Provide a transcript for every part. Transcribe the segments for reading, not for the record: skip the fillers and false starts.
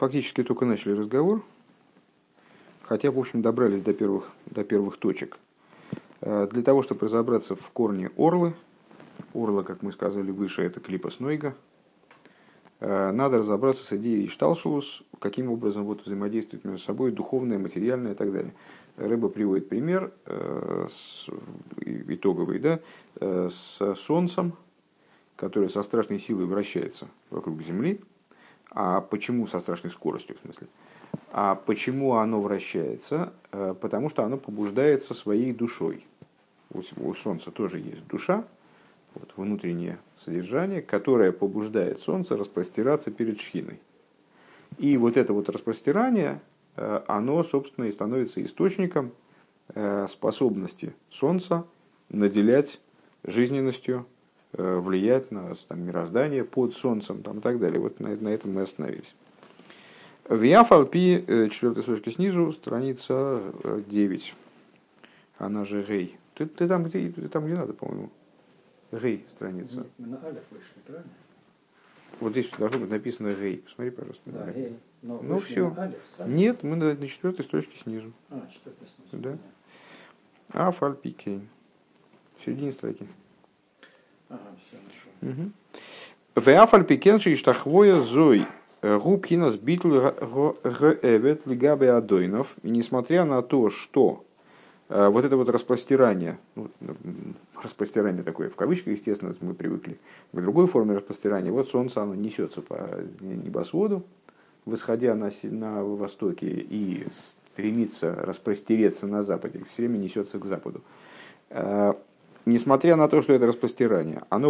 фактически только начали разговор, хотя, в общем, добрались до первых точек. Для того, чтобы разобраться в корне орлы, орла, как мы сказали выше, это клипос нойга, надо разобраться с идеей шталшелус, каким образом вот взаимодействуют между собой духовное, материальное и так далее. Рэбе приводит пример итоговый, да, с Солнцем, которое со страшной силой вращается вокруг Земли. А почему со страшной скоростью, в смысле? А почему оно вращается? Потому что оно побуждается своей душой. У Солнца тоже есть душа, вот внутреннее содержание, которое побуждает Солнце распростираться перед Шхиной. И вот это вот распростирание, оно, собственно, и становится источником способности Солнца наделять жизненностью, влиять на мироздание под Солнцем там, и так далее. Вот на этом мы остановились. В Яфалпи, 4 строчка снизу, страница 9. Она же Гей. Ты там, где надо, по-моему. Гей страница. Мы на Алеф вышли, правильно? Вот здесь должно быть написано Гей. Посмотри, пожалуйста. Да, Гей. Ну все. На Алеф, нет, мы на 4 строчке снизу. 4 снизу. Да. Афальпи Кейн. В середине строки. Ага, все, нашел. В Афальпи Кенши Иштахвоя Зой. Губхинас битл гэвет лигабе адойнов. И несмотря на то, что вот это вот распростирание, распростирание такое в кавычках, естественно, мы привыкли к другой форме распростирания. Вот солнце, оно несется по небосводу, восходя на востоке, и стремится распростереться на западе, все время несется к западу. Несмотря на то, что это распростирание, оно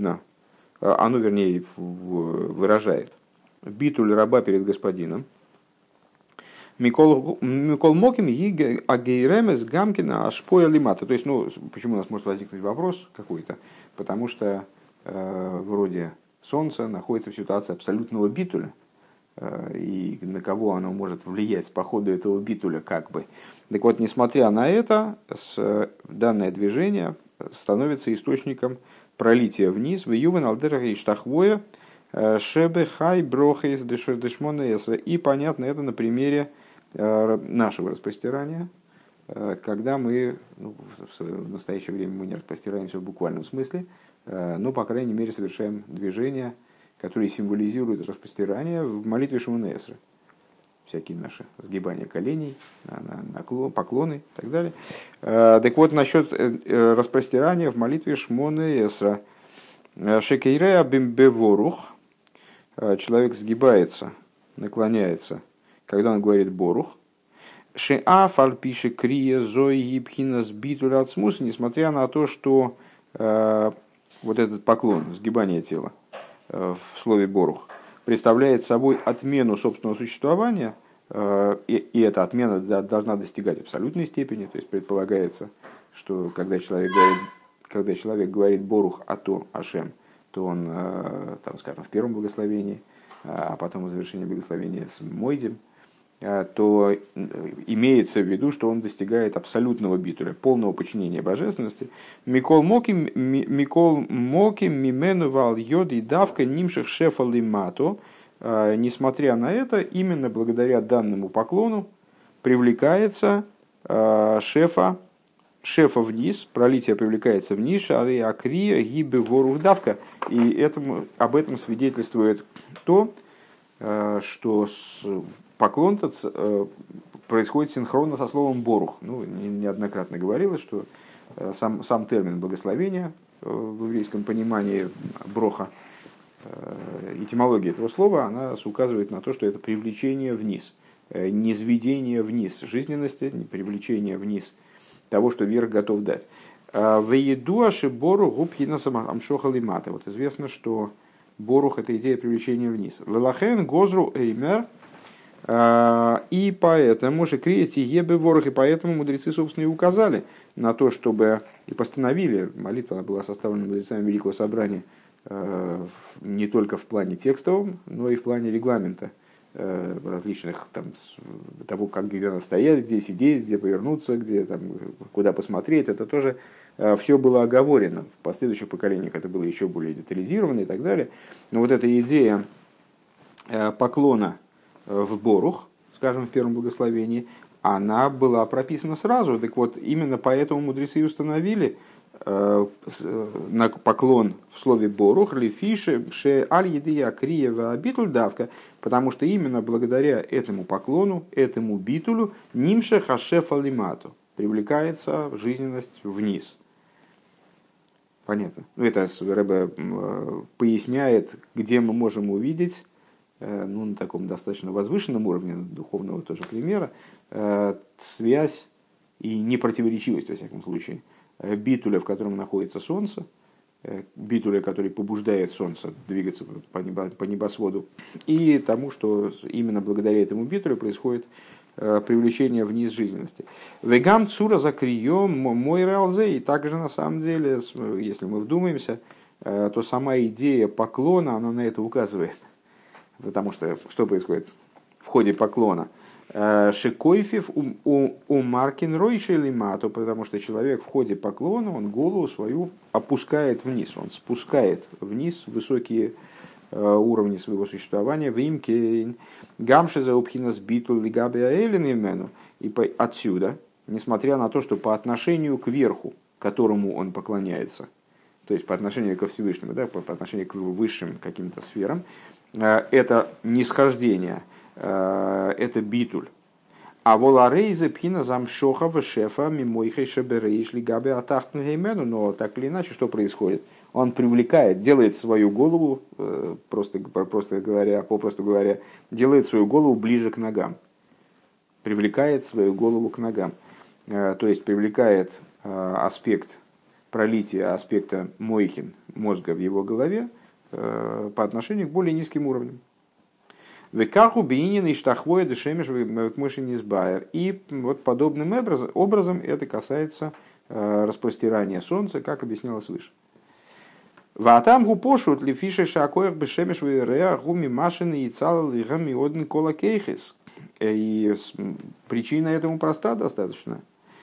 выражает битуль раба перед господином. Микол Моким Агейремес Гамкина Ашпоя Лимата. То есть, почему у нас может возникнуть вопрос какой-то? Потому что вроде Солнце находится в ситуации абсолютного битуля. И на кого оно может влиять по ходу этого битуля, как бы. Так вот, несмотря на это, данное движение становится источником пролития вниз в Ювен Алдерах и Штахвоя Шебе Хай Брохейс Дешмона. И понятно это на примере нашего распростирания, когда мы, в настоящее время мы не распростираемся в буквальном смысле, но, по крайней мере, совершаем движения, которые символизируют распростирание в молитве Шмона Эсры. Всякие наши сгибания коленей, поклоны и так далее. Так вот, насчет распростирания в молитве Шмона Эсра. Шекейрея бимбеворух. Человек сгибается, наклоняется, когда он говорит борух. Шеафаль пишет крия зои ебхинас битуль ацмус, несмотря на то, что вот этот поклон, сгибание тела в слове борух, представляет собой отмену собственного существования, и эта отмена должна достигать абсолютной степени, то есть предполагается, что когда человек говорит борух ато Ашем, то он, там, скажем, в первом благословении, а потом в завершении благословения с Мойдем, то имеется в виду, что он достигает абсолютного битуля, полного подчинения божественности. Микол моки мимену вал йод и давка нимших шефа лимато. Несмотря на это, именно благодаря данному поклону привлекается шефа вниз, пролитие привлекается вниз, шары акрия гибе ворух давка. И об этом свидетельствует то, что поклон-то происходит синхронно со словом борух. Неоднократно говорилось, что сам термин благословения в еврейском понимании броха, этимология этого слова, она указывает на то, что это привлечение вниз, низведение вниз жизненности, привлечение вниз того, что вверх готов дать. В едуаше бору губхина амшоха лимата. Вот известно, что борух — это идея привлечения вниз. Велахен гозру эймер. И поэтому же криете ебе ворох, и поэтому мудрецы, собственно, и указали на то, чтобы и постановили, молитва была составлена мудрецами Великого Собрания не только в плане текстовом, но и в плане регламента различных, там, того, где надо стоять, где сидеть, где повернуться, где, там, куда посмотреть. Это тоже все было оговорено. В последующих поколениях это было еще более детализировано и так далее. Но вот эта идея поклона в Борух, скажем, в первом благословении, она была прописана сразу. Так вот, именно поэтому мудрецы установили на поклон в слове Борух, лифише, ше аль едия криева битуль давка, потому что именно благодаря этому поклону, этому битулю, нимше хашефа лимату, привлекается жизненность вниз. Понятно. Ну, это Ребе поясняет, где мы можем увидеть, ну, на таком достаточно возвышенном уровне духовного тоже примера, связь и непротиворечивость, во всяком случае, битуля, в котором находится Солнце, битуля, который побуждает Солнце двигаться по небосводу, и тому, что именно благодаря этому битулю происходит привлечение вниз жизненности. Вегам цура за крием мой реалзе. И также на самом деле, если мы вдумаемся, то сама идея поклона, она на это указывает. Потому что происходит в ходе поклона? Шикойфив у Маркин Ройши Лимату, потому что человек в ходе поклона, он голову свою опускает вниз, он спускает вниз высокие уровни своего существования. Вимке гамши за обхинас битул лигаби аэлин. И отсюда, несмотря на то, что по отношению к верху, которому он поклоняется, то есть по отношению ко Всевышнему, да, по отношению к высшим каким-то сферам, это нисхождение, это битуль. А воларейзе пхина замшоха вешефа мимойхей шеберейш лигаби атахтнгеймену. Но так или иначе, что происходит? Он привлекает, делает свою голову, попросту говоря, делает свою голову ближе к ногам. Привлекает свою голову к ногам. То есть привлекает аспект пролития, аспекта мойхин, мозга в его голове, по отношению к более низким уровням. Векаху бейнин и штахвоя дешемеш векмышин избайер. И вот подобным образом это касается распростирания солнца, как объяснялось выше. Ватам гупошут ли фиши шакоях бешемеш вереа гуми машины и цал лигами одн кола кейхис. И причина этому проста достаточно.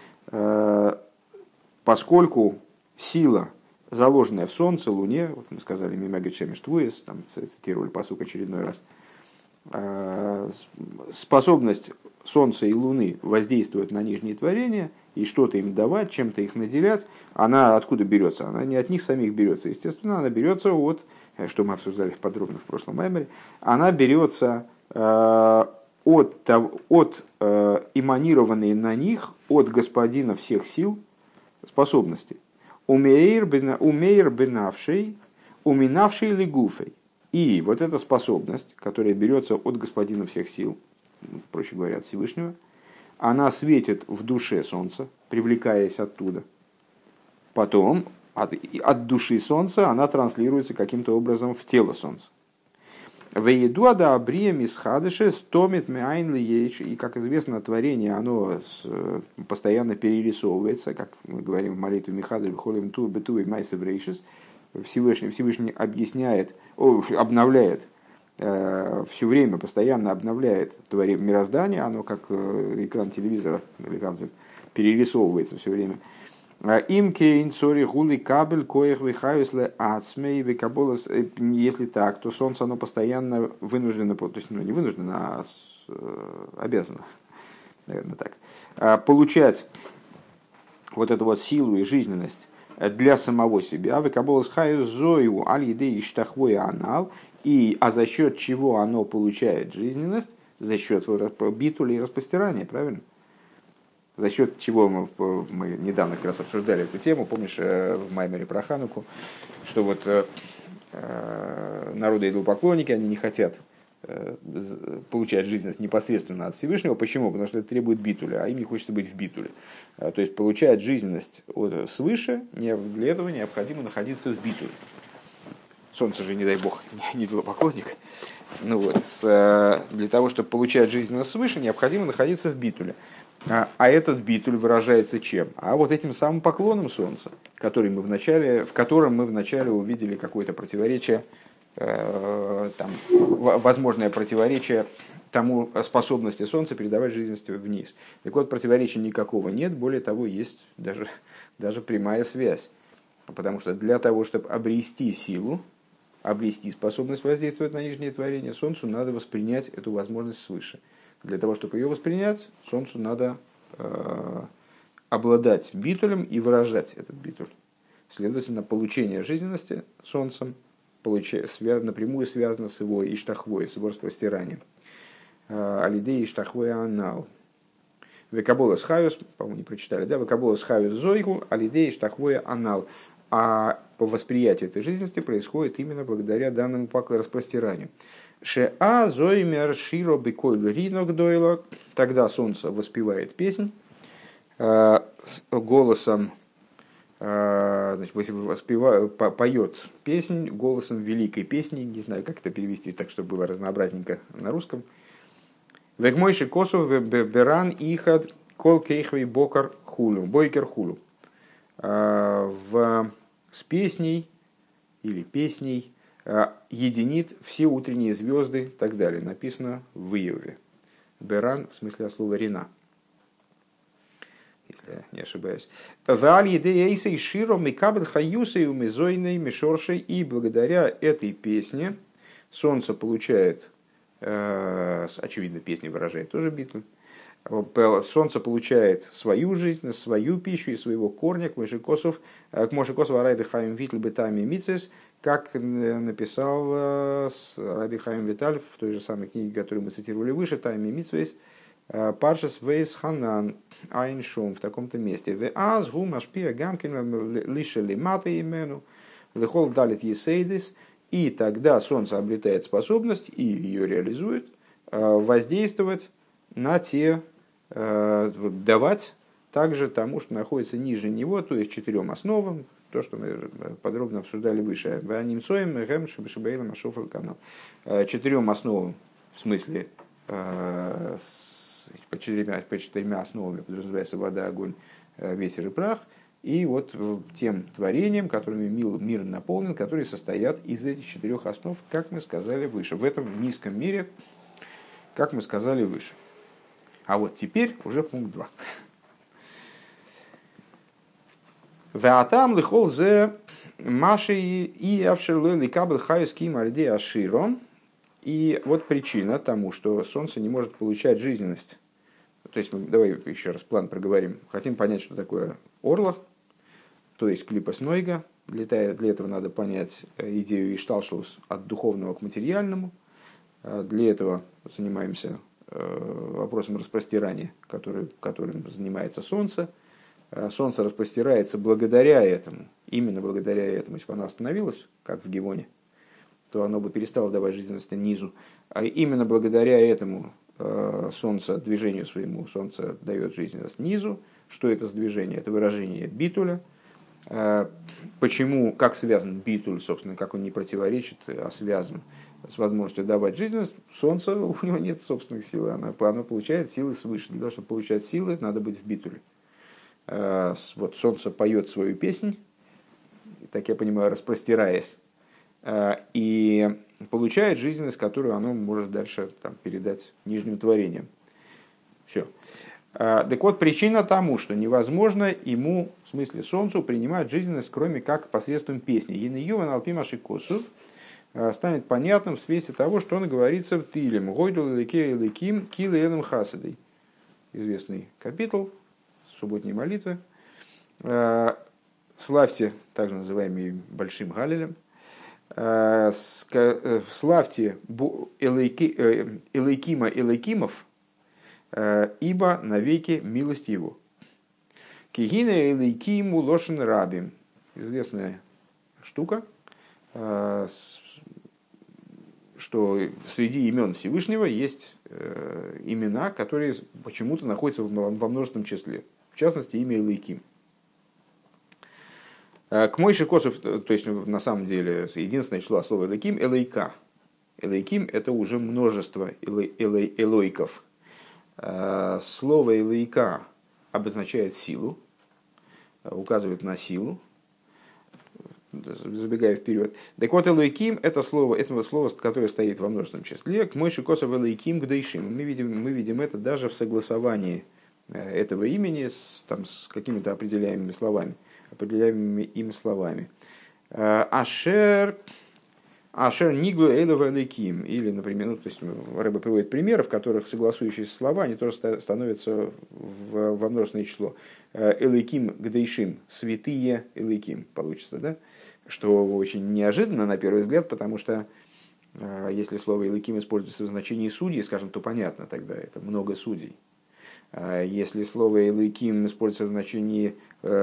Поскольку сила, заложенная в солнце, луне, вот мы сказали мимега чемеш твуес, там цитировали пасук очередной раз, способность солнца и луны воздействовать на нижние творения и что-то им давать, чем-то их наделять, она откуда берется? Она не от них самих берется. Естественно, она берется от, что мы обсуждали подробно в прошлом маймере, она берется от эманированной на них от господина всех сил способности. Умейр бенавший, уминавший лигуфей. И вот эта способность, которая берется от господина всех сил, проще говоря, от Всевышнего, она светит в душе солнца, привлекаясь оттуда. Потом от души солнца она транслируется каким-то образом в тело солнца. И, как известно, творение, оно постоянно перерисовывается, как мы говорим в молитве Михадр, Холим Ту, Бету и Майсев Рейшис. Всевышний обновляет, все время, постоянно обновляет мироздание, оно как экран телевизора, перерисовывается все время. Если так, то солнце оно постоянно вынуждено, то есть не вынуждено, а обязано, наверное, так, получать вот эту вот силу и жизненность для самого себя, а за счет чего оно получает жизненность? За счет битуля и распостирания, правильно? За счет чего мы недавно как раз обсуждали эту тему, помнишь, в Маймере про Хануку, что вот народы идолопоклонники, они не хотят получать жизненность непосредственно от Всевышнего. Почему? Потому что это требует битуля, а им не хочется быть в битуле. То есть получать жизненность свыше, для этого необходимо находиться в битуле. Солнце же, не дай бог, не идолопоклонник. Ну вот, для того, чтобы получать жизненность свыше, необходимо находиться в битуле. А этот битуль выражается чем? А вот этим самым поклоном солнца, в котором мы вначале увидели какое-то противоречие, возможное противоречие тому способности солнца передавать жизненность вниз. Так вот, противоречия никакого нет, более того, есть даже прямая связь. Потому что для того, чтобы обрести силу, обрести способность воздействовать на нижнее творение, Солнцу надо воспринять эту возможность свыше. Для того, чтобы ее воспринять, Солнцу надо обладать битулем и выражать этот битуль. Следовательно, получение жизненности Солнцем напрямую связано с его иштахвой, с его распростиранием. Алидей иштахвой анал. Векаболас хаюс, по-моему, не прочитали, да? Векаболас хаюс зойгу, алидей иштахвой анал. А восприятие этой жизненности происходит именно благодаря данному распростиранию. Шеа зоймер широ бекойль ринок дойло. Тогда Солнце воспевает песнь голосом, значит, поет песнь голосом великой песни, не знаю, как это перевести так, чтобы было разнообразненько на русском. Вегмойши косов беран ихад кол кейхвей бокар хулю, бойкер хулю. С песней или песней единит все утренние звезды и так далее. Написано в Иове. Беран, в смысле от слова рина, если я не ошибаюсь. И благодаря этой песне Солнце получает, очевидно, песня выражает тоже битву, Солнце получает свою жизнь, свою пищу из своего корня, к Мошекосов Арайби Хаим Витль Бетами Мицес, как написал Раби Хаим Виталь в той же самой книге, которую мы цитировали выше, Тайми Мицвес, Паршас Вейс Ханан Айншум, в таком-то месте. В аз гу машпия гамкин лише лимата имену лихол далит есейдис. И тогда Солнце обретает способность, и ее реализует, воздействовать на те, давать также тому, что находится ниже него, то есть 4 основам, то, что мы подробно обсуждали выше. 4 основам, в смысле, по 4 основами подразумевается вода, огонь, ветер и прах, и вот тем творением, которыми мир наполнен, которые состоят из этих 4 основ, как мы сказали выше, в этом низком мире, как мы сказали выше. А вот теперь уже пункт 2. Ваатам лихол зе маши и авшерлой ликабл хаюским альде аширом. И вот причина тому, что Солнце не может получать жизненность. То есть, давай еще раз план проговорим. Хотим понять, что такое орлах, то есть клипас нойга. Для этого надо понять идею ишталшус от духовного к материальному. Для этого занимаемся вопросом распростирания, которым занимается Солнце. Солнце распростирается благодаря этому, именно благодаря этому. Если бы оно остановилось, как в Гивоне, то оно бы перестало давать жизненность низу. А именно благодаря этому Солнце, движению своему, Солнце дает жизненность низу. Что это за движение? Это выражение битуля. Почему, как связан битуль, собственно, как он не противоречит, а связан с возможностью давать жизненность? Солнце, у него нет собственных сил, оно получает силы свыше. Для того, чтобы получать силы, надо быть в битуле. Вот Солнце поет свою песнь, так я понимаю, распростираясь, и получает жизненность, которую оно может дальше передать нижним творениям. Все. Так вот, причина тому, что невозможно ему, в смысле Солнцу, принимать жизненность, кроме как посредством песни. Янеюван алпимаши косу станет понятным в свете того, что он говорится в Тилем. Гойдул леке леким килы элем хасадой. Известный капитул субботней молитвы. Славьте, также называемый Большим Галилем. Славьте Элейкима Элейкимов, ибо навеки милость его. Кигина Элейкиму лошен рабим. Известная штука, что среди имен Всевышнего есть имена, которые почему-то находятся во множественном числе. В частности, имя Элейким. К Мойше Косов, то есть на самом деле единственное число слова Элейким — Элейка. Элейким — это уже множество элойков. Слово Элейка обозначает силу, указывает на силу, забегая вперед. Так вот, Элойким — это слово, которое стоит во множественном числе. К Мойше Косов Элейким Гдейшим. Мы видим это даже в согласовании этого имени с какими-то определяемыми им словами. Ашер Ашер Ниглу Эйлова Элейким. Или, например, то есть Рэбе приводит примеры, в которых согласующиеся слова, они тоже становятся во множественное число. Элейким Гдейшим, святые Элейким, получится, да? Что очень неожиданно на первый взгляд, потому что если слово Элейким используется в значении судей, скажем, то понятно тогда, это много судей. Если слово «элейким» используется в значении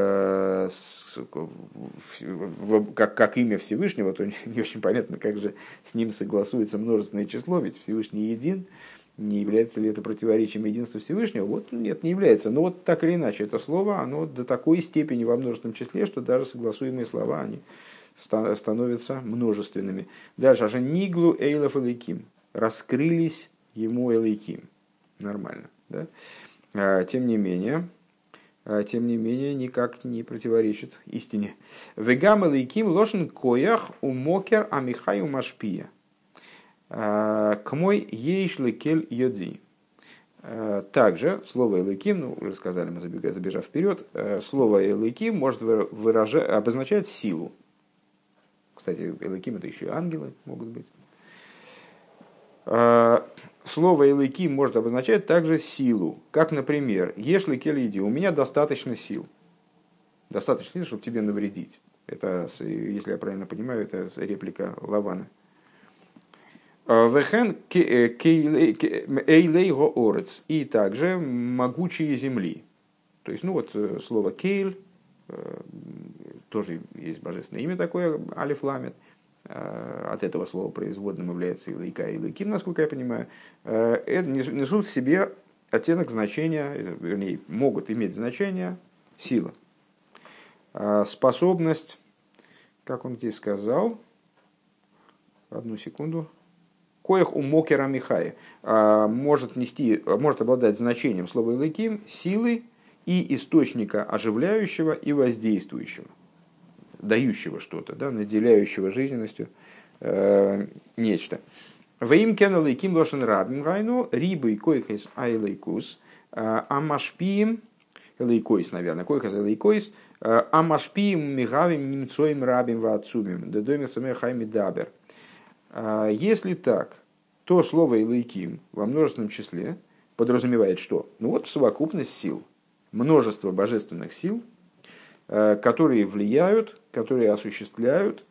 как имя Всевышнего, то не очень понятно, как же с ним согласуется множественное число, ведь Всевышний един, не является ли это противоречием единства Всевышнего? Вот нет, не является. Но вот так или иначе, это слово, оно до такой степени во множественном числе, что даже согласуемые слова, они становятся множественными. Дальше, аж «ниглу эйлов элейким», раскрылись ему элейким. Нормально, да? Тем не менее, никак не противоречит истине. Вегам элейким лошен коях умокер амихаю машпия. К мой ейш лекель йоди. Также слово элейким, ну, уже сказали мы, забежав вперед, слово элейким может обозначать силу. Кстати, элейким это еще и ангелы могут быть. Слово «элейким» может обозначать также силу, как, например, «ешли кель у меня достаточно сил». Достаточно сил, чтобы тебе навредить. Это, если я правильно понимаю, это реплика Лавана. «Вехен эйлей гоорец» и также «могучие земли». То есть, ну вот слово «кейль», тоже есть божественное имя такое, алиф ламет. От этого слова производным является илайка и илайким, насколько я понимаю, это несут в себе оттенок значения, вернее, могут иметь значение сила. Способность, как он здесь сказал, одну секунду, коих у мокера михая, может обладать значением слова илайким силы и источника оживляющего и воздействующего, дающего что-то, да, наделяющего жизненностью нечто. Ваим кен элейким лошен рабим гайну рибой койхес айлейкус амашпиим элейкойс, наверное, койхес айлейкойс амашпиим мигавим немцоим рабим ваатсубим дедомер самер хайми дабер. Если так, то слово элейким во множественном числе подразумевает что? Ну вот совокупность сил, множество божественных сил, которые влияют, которые осуществляют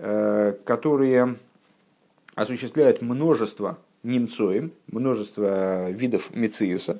множество немцоим, множество видов мециуса,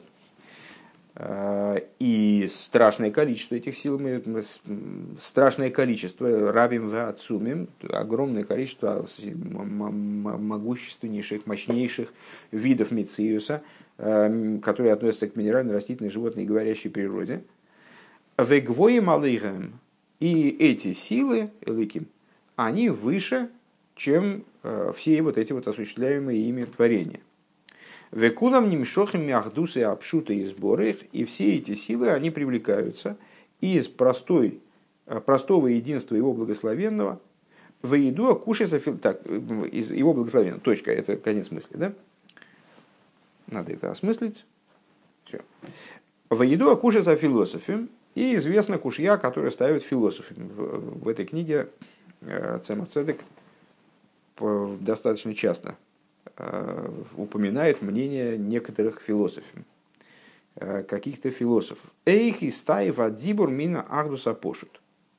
и страшное количество этих сил, страшное количество рабим ва ацумим, огромное количество могущественнейших, мощнейших видов мециуса, которые относятся к минеральной, растительной, животной и говорящей природе. Вегвоим алейхем, и эти силы, эликим, они выше, чем все вот эти вот осуществляемые ими творения. Векулам нимшохим мяхдусы обшуты и сборы их, и все эти силы, они привлекаются из простого единства его благословенного, выеду акушеса так, из его благословенного, точка, это конец мысли, да? Надо это осмыслить. Все. Выеду акушеса философим, и известна кушья, которую ставят философы. В этой книге Цемах Цедек достаточно часто упоминает мнение некоторых философов, каких-то философов. Эйх и стаев адзибур мина ахдуса пошут.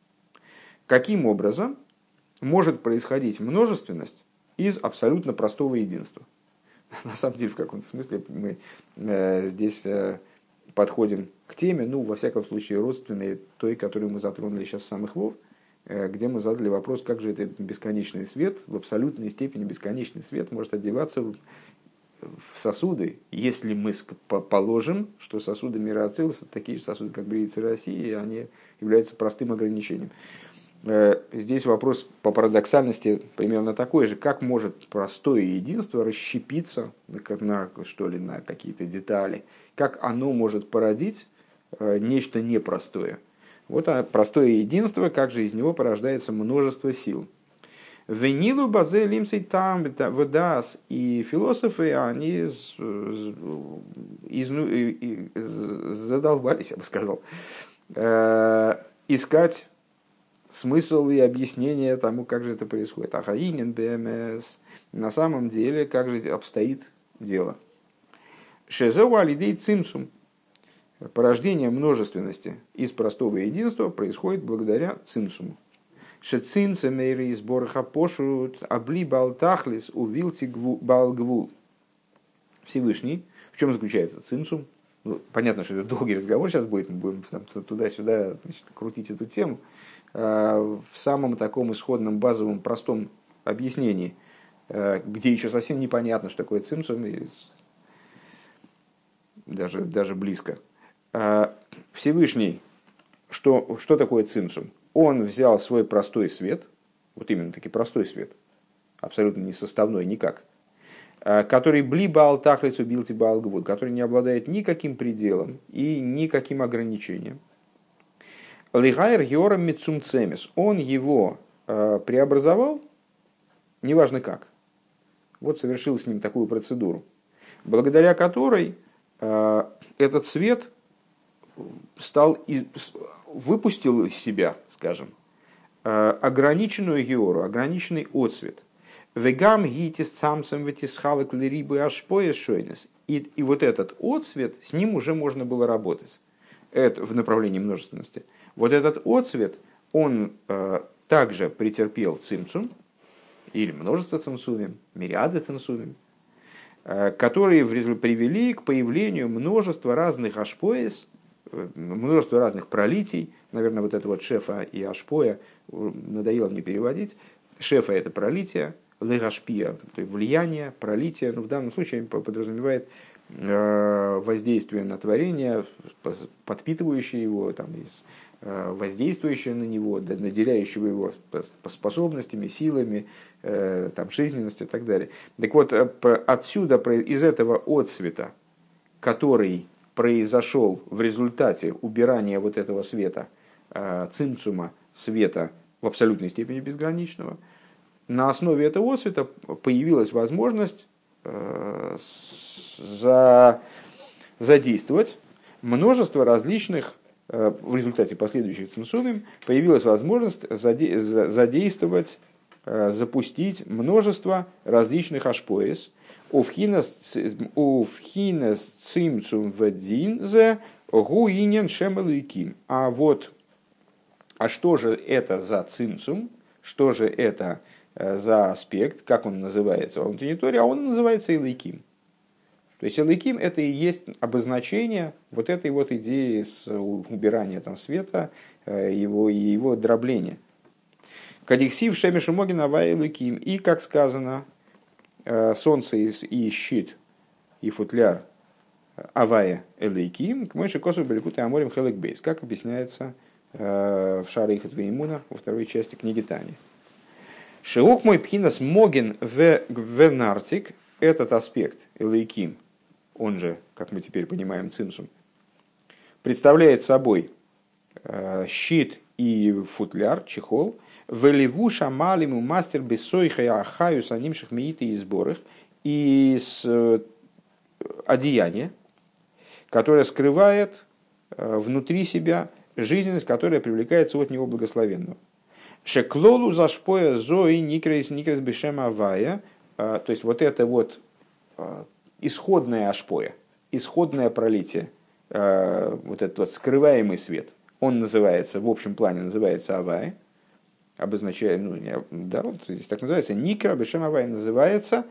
Каким образом может происходить множественность из абсолютно простого единства? На самом деле, в каком-то смысле мы здесь подходим к теме, ну, во всяком случае, родственной той, которую мы затронули сейчас в самых вов, где мы задали вопрос, как же этот бесконечный свет, в абсолютной степени бесконечный свет может одеваться в сосуды, если мы положим, что сосуды мира Ацилус, такие же сосуды, как Бриица России, они являются простым ограничением. Здесь вопрос по парадоксальности примерно такой же. Как может простое единство расщепиться на какие-то детали? Как оно может породить нечто непростое? Вот простое единство, как же из него порождается множество сил. Венилу базе лимсей там выдас, и философы, они задолбались, я бы сказал, искать смысл и объяснение тому, как же это происходит. Ахаинен БМС. На самом деле, как же обстоит дело. Шезеу алидей цимсум. Порождение множественности из простого единства происходит благодаря цимсуму. Шецинцемейри из бораха пошут абли балтахлис увилти балгвул. Всевышний. В чем заключается цимсум? Ну, понятно, что это долгий разговор сейчас будет, мы будем там, туда-сюда, значит, крутить эту тему. В самом таком исходном, базовом, простом объяснении, где еще совсем непонятно, что такое цимсум, и даже близко. Всевышний, что такое цимсум? Он взял свой простой свет, вот именно таки простой свет, абсолютно не составной никак, который блиба алтахлис убилти балгвуд, который не обладает никаким пределом и никаким ограничением. Лигайр йорам мицумцемис, он его преобразовал, неважно как. Вот совершил с ним такую процедуру, благодаря которой этот свет выпустил из себя, скажем, ограниченную геору, ограниченный отцвет. Вегам гитис самсом витисхалок лирибы ашпоес шойнес. И вот этот отцвет, с ним уже можно было работать. Это в направлении множественности. Вот этот отцвет, он также претерпел цимцум, или множество цимсумим, мириады цимсумим, которые привели к появлению множества разных ашпоес, множество разных пролитий. Наверное, вот это вот шефа и ашпоя надоело мне переводить. Шефа – это пролитие, легашпия, то есть влияние, пролитие. Но в данном случае подразумевает воздействие на творение, подпитывающее его, там, воздействующее на него, наделяющего его способностями, силами, там, жизненностью и так далее. Так вот, отсюда, из этого отцвета, который произошел в результате убирания вот этого света, цимцума, света в абсолютной степени безграничного, на основе этого отцвета появилась возможность задействовать множество различных, в результате последующих цимсумим, появилась возможность задействовать, запустить множество различных ашпоес, уфхинас цимцум вадинзе гуинен шемелуиким. А что же это за цимцум? Что же это за аспект? Как он называется в внутренней торе? А он называется элейким. То есть элейким — это и есть обозначение вот этой вот идеи с убирания там света, его дробления. Кадиксив шемешу могин авай элейким. И, как сказано, солнце и щит, и футляр авая элейким, к мойши косу беликут и аморим хелек бейс, как объясняется в Шарейхат Веймуна во второй части книги Тани. Шиук мой пхинас моген в нартик, этот аспект элейким, он же, как мы теперь понимаем, цимсум, представляет собой щит и футляр, чехол, веливу шамалиму мастер бессойхай ахаю санимших мииты и сборах, и одеяние, которое скрывает внутри себя жизненность, которая привлекается от него благословенного. Шеклолу зашпоя зои никрес бешем авая, то есть вот это вот исходное ашпоя, исходное пролитие, вот этот вот скрываемый свет, он называется, в общем плане называется авая, обозначает, да, вот здесь так называется, никра бешем авая называется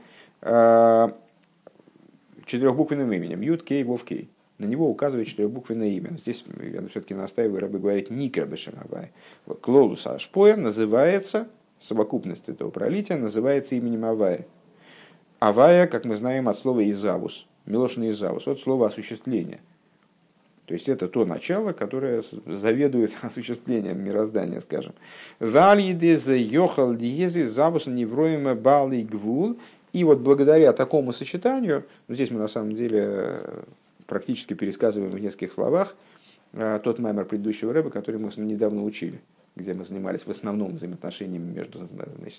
четырехбуквенным именем, Юд Кей Вов Кей. На него указывает четырехбуквенное имя. Здесь я все-таки настаиваю, рабы говорить никра бешем авая. Клолус ашпоя называется, совокупность этого пролития называется именем авая. Авая, как мы знаем, от слова изавус, милошный изавус, от слова осуществление. То есть это то начало, которое заведует осуществлением мироздания, скажем. И вот благодаря такому сочетанию, здесь мы на самом деле практически пересказываем в нескольких словах тот маймер предыдущего рэба, который мы недавно учили, где мы занимались в основном взаимоотношениями между, значит,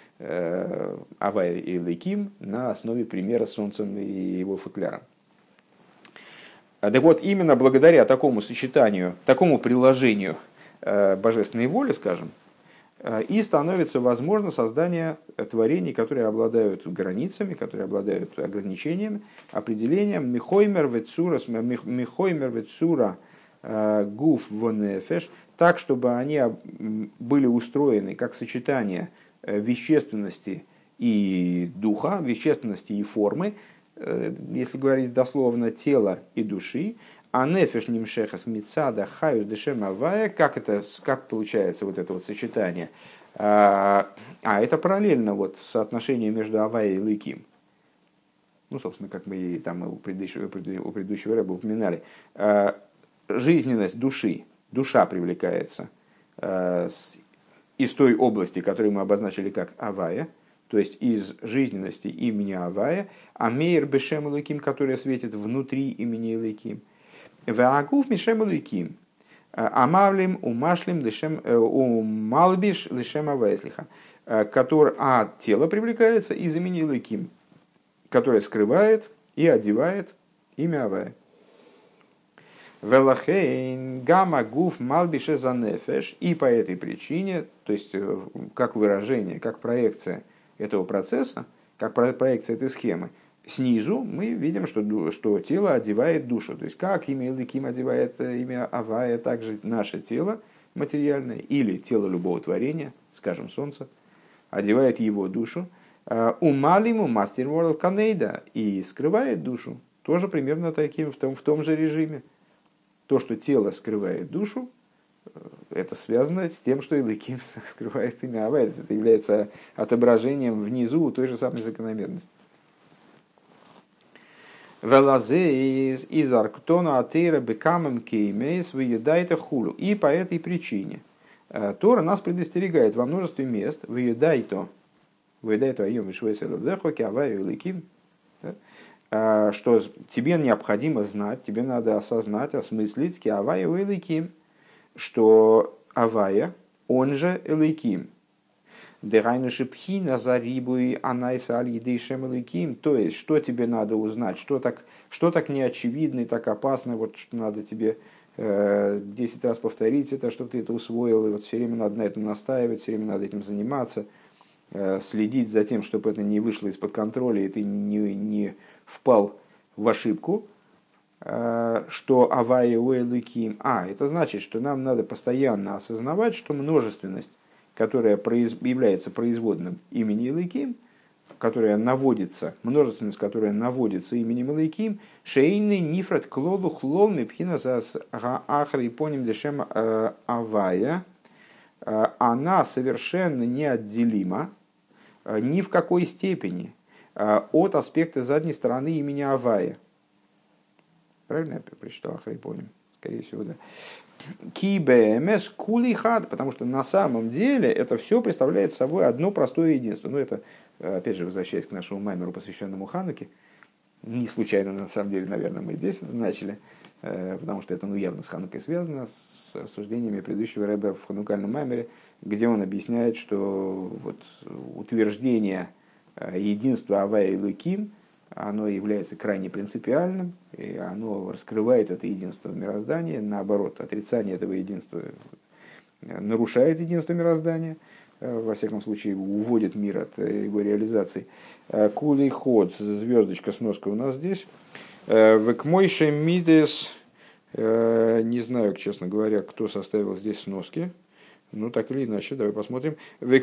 Авай и Лейким на основе примера с солнцем и его футляром. Так вот, именно благодаря такому сочетанию, такому приложению божественной воли, скажем, И становится возможно создание творений, которые обладают границами, которые обладают ограничениями, определением михоймер вецура гуф вонефеш, так, чтобы они были устроены как сочетание вещественности и духа, вещественности и формы, если говорить дословно, тела и души, а нефеш нимшехас мицада хаюс дешем авая, как получается вот это вот сочетание? Это параллельно вот соотношение между авая и лейким. Ну, собственно, как мы и там у предыдущего рэба упоминали. Жизненность души, душа привлекается из той области, которую мы обозначили как авая, то есть из жизненности имени Авая, а мейр бешем элоким, которая светит внутри имени Элоким. Ваагуф мишем элоким. Амавлим умашлим лишем умалбиш лишем авайслиха. А тело привлекается из имени Элоким, которое скрывает и одевает имя Авая. Велахейн гамма гуф малбише занефеш. И по этой причине, то есть как выражение, как проекция этого процесса, как проекция этой схемы, снизу мы видим, что тело одевает душу. То есть как имя Элоким одевает имя Авая, также наше тело материальное или тело любого творения, скажем, солнце, одевает его душу. Умалиму мастер ворлд канейда, и скрывает душу. Тоже примерно таким, в том же режиме. То, что тело скрывает душу, это связано с тем, что Элоким скрывает имя Авая. Это является отображением внизу той же самой закономерности. И по этой причине Тора нас предостерегает во множестве мест, что тебе необходимо знать, тебе надо осознать, осмыслить, что Авая, он же Элоким. То есть, что тебе надо узнать, что так неочевидно и так опасно, вот, что надо тебе 10 раз повторить это, чтобы ты это усвоил, и вот все время надо на этом настаивать, все время надо этим заниматься, следить за тем, чтобы это не вышло из-под контроля, и ты не впал в ошибку, что Авая у Элоким. Это значит, что нам надо постоянно осознавать, что множественность, которая является производным имени Элоким, которая наводится, множественность, которая наводится именем Элоким, шейный нифрат клолу хлол мипхина зас ахри поним дешем Авая, она совершенно неотделима ни в какой степени от аспекта задней стороны имени Авая. Правильно я прочитал Ахрипоним? Скорее всего, да. Кибемес кулихад, потому что на самом деле это все представляет собой одно простое единство. Это, опять же, возвращаясь к нашему маймеру, посвященному Хануке, не случайно, на самом деле, наверное, мы здесь это начали, потому что это явно с Ханукой связано, с рассуждениями предыдущего рэба в ханукальном маймере, где он объясняет, что вот утверждение единства Авая и Элоким, оно является крайне принципиальным, и оно раскрывает это единство в мироздании. Наоборот, отрицание этого единства нарушает единство мироздания, во всяком случае, уводит мир от его реализации. Кулей ход, звездочка, сноска у нас здесь. Векмойше мидес, не знаю, честно говоря, кто составил здесь сноски. Так или иначе, давай посмотрим.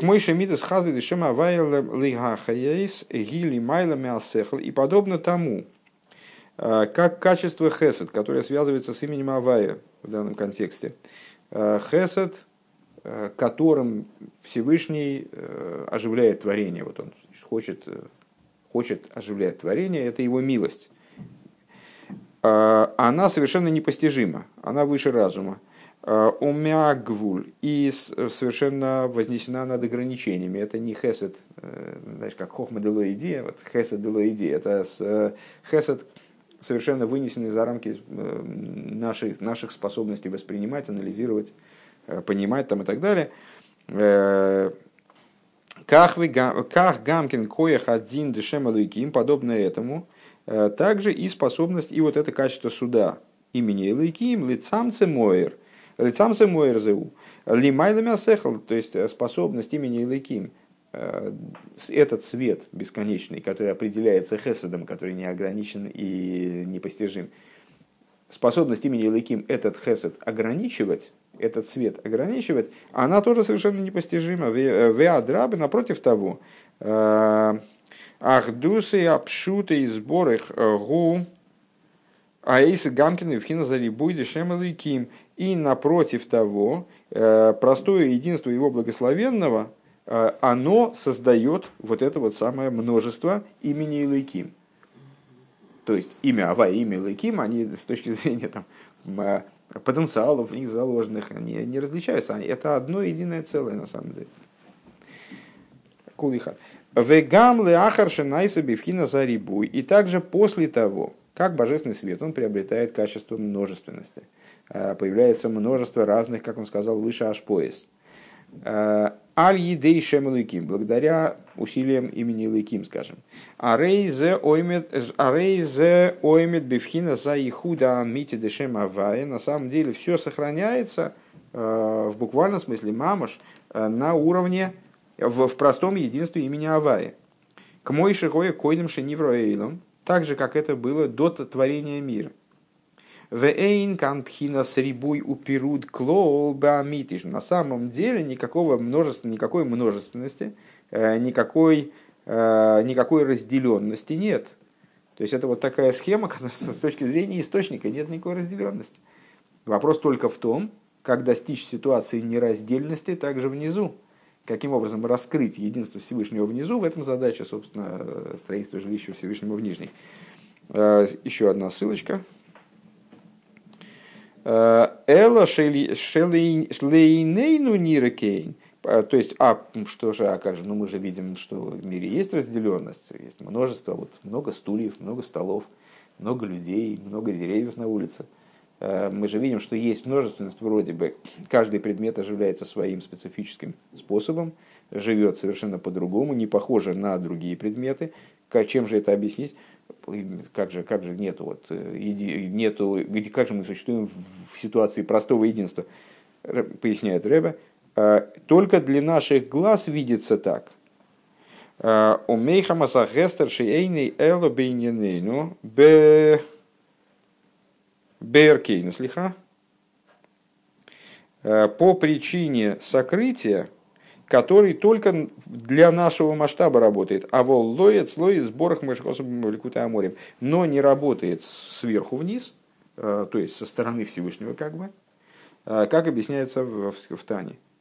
И подобно тому, как качество хесед, которое связывается с именем Авая в данном контексте. Хесед, которым Всевышний оживляет творение. Вот он хочет оживлять творение, это его милость. Она совершенно непостижима, она выше разума. Умягвуль, и совершенно вознесена над ограничениями. Это не хесед, знаешь, как хохма делоидия, вот хесед делоидия. Это хесед, совершенно вынесенный за рамки наших способностей воспринимать, анализировать, понимать там и так далее. Ках гамкин коях один дешем Элоким, подобно этому, также и способность, и вот это качество суда имени Элоким, лицам цемоир, Лицам самуэрзеу. Лимайлами сехал, то есть способность имени Элоким, этот свет бесконечный, который определяется хеседом, который не ограничен и непостижим, способность имени Элоким этот хесед ограничивать, этот свет ограничивать, она тоже совершенно непостижима. Веадрабы, напротив того, ахдусы, апшуты и сборы гу, аэйсы гамкины вхина зарибуй дешем Элоким. И напротив того, простое единство его благословенного, оно создает вот это вот самое множество имени Элоким. То есть имя Ава и имя Элоким, они с точки зрения там, потенциалов в них заложенных, они не различаются. Это одно единое целое на самом деле. Кулиха. Вегам леахар шенайса бифхина зарибуй. И также после того, как божественный свет, он приобретает качество множественности. Появляется множество разных, как он сказал, выше ашпоэс. Аль-Едей Шем Элоким, благодаря усилиям имени Элоким, скажем. Арейзе оймет бифхина за ихуда мити дешем авая. На самом деле все сохраняется в буквальном смысле мамаш на уровне, в простом единстве имени Авая. К мой шигое койдем шенивроэйлом, так же, как это было до творения мира. Вэйн канпхина срибуй уперуд клоул баамитиш. На самом деле никакой множественности, никакой разделенности нет. То есть это вот такая схема, когда с точки зрения источника нет никакой разделенности. Вопрос только в том, как достичь ситуации нераздельности также внизу. Каким образом раскрыть единство Всевышнего внизу, в этом задача, собственно, строительства жилища Всевышнего в нижних. Еще одна ссылочка. Эла шлейнейну нирекейн. То есть, что же, как же, мы же видим, что в мире есть разделенность, есть множество, вот, много стульев, много столов, много людей, много деревьев на улице. Мы же видим, что есть множественность вроде бы. Каждый предмет оживляется своим специфическим способом, живет совершенно по-другому, не похоже на другие предметы. Чем же это объяснить? Как же нету, как же мы существуем в ситуации простого единства? Поясняет Ребе. Только для наших глаз видится так. Умейхамаса гестер шейный эло бейненейну бееркейну слиха. По причине сокрытия, который только для нашего масштаба работает. А вол лоет слой сборах мышкосом, но не работает сверху вниз, то есть со стороны Всевышнего, как бы, как объясняется в Тане.